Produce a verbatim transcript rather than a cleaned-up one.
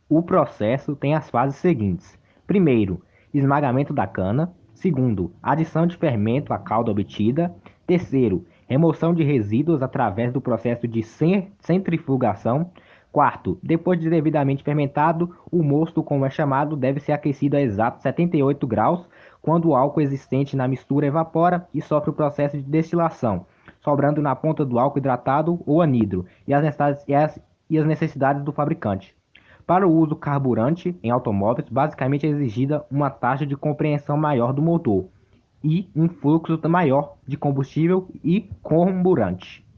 O processo tem as fases seguintes: primeiro, esmagamento da cana; segundo, adição de fermento à calda obtida; terceiro, remoção de resíduos através do processo de centrifugação; quarto, depois de devidamente fermentado, o mosto, como é chamado, deve ser aquecido a exatos setenta e oito graus, quando o álcool existente na mistura evapora e sofre o processo de destilação, sobrando na ponta do álcool hidratado ou anidro, e as necessidades, e as, e as necessidades do fabricante. Para o uso carburante em automóveis, basicamente é exigida uma taxa de compreensão maior do motor e um fluxo maior de combustível e carburante.